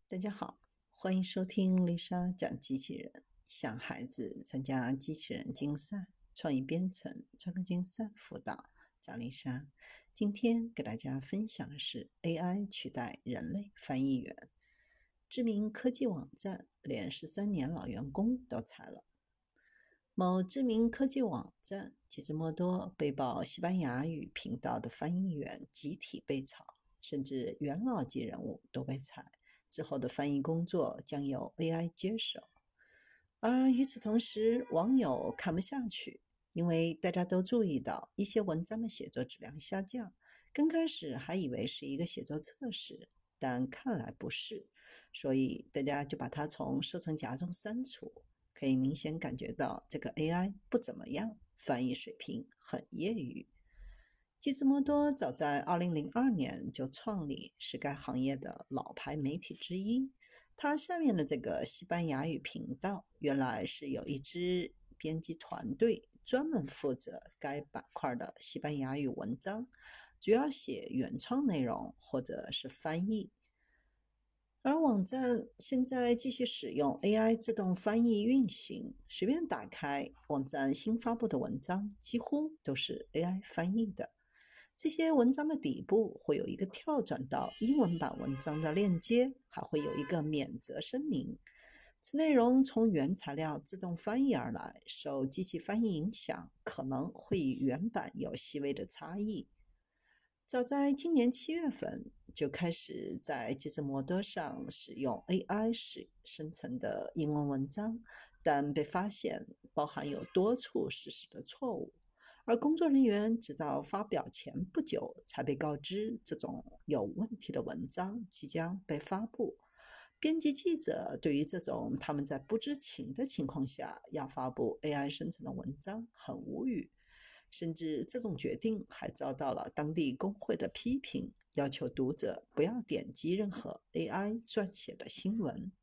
大家好，欢迎收听丽莎讲机器人。想孩子参加机器人竞赛、创意编程、创客竞赛辅导，找丽莎。今天给大家分享的是 AI 取代人类翻译员。知名科技网站连13年老员工都裁了。某知名科技网站吉兹莫多被曝西班牙语频道的翻译员集体被炒，甚至元老级人物都被裁。之后的翻译工作将由 AI 接手。而与此同时，网友看不下去，因为大家都注意到一些文章的写作质量下降。刚开始还以为是一个写作测试，但看来不是，所以大家就把它从收藏夹中删除。可以明显感觉到这个 AI 不怎么样，翻译水平很业余。基兹莫多早在2002年就创立，是该行业的老牌媒体之一。它下面的这个西班牙语频道，原来是有一支编辑团队专门负责该板块的西班牙语文章，主要写原创内容或者是翻译。而网站现在继续使用 AI 自动翻译运行，随便打开网站新发布的文章，几乎都是 AI 翻译的。这些文章的底部会有一个跳转到英文版文章的链接，还会有一个免责声明。此内容从原材料自动翻译而来，受机器翻译影响，可能会与原版有细微的差异。早在今年7月份就开始在吉兹摩多上使用 AI 生成的英文文章，但被发现包含有多处事实的错误。而工作人员直到发表前不久才被告知这种有问题的文章即将被发布。编辑记者对于这种他们在不知情的情况下要发布 AI 生成的文章很无语，甚至这种决定还遭到了当地工会的批评，要求读者不要点击任何 AI 撰写的新闻。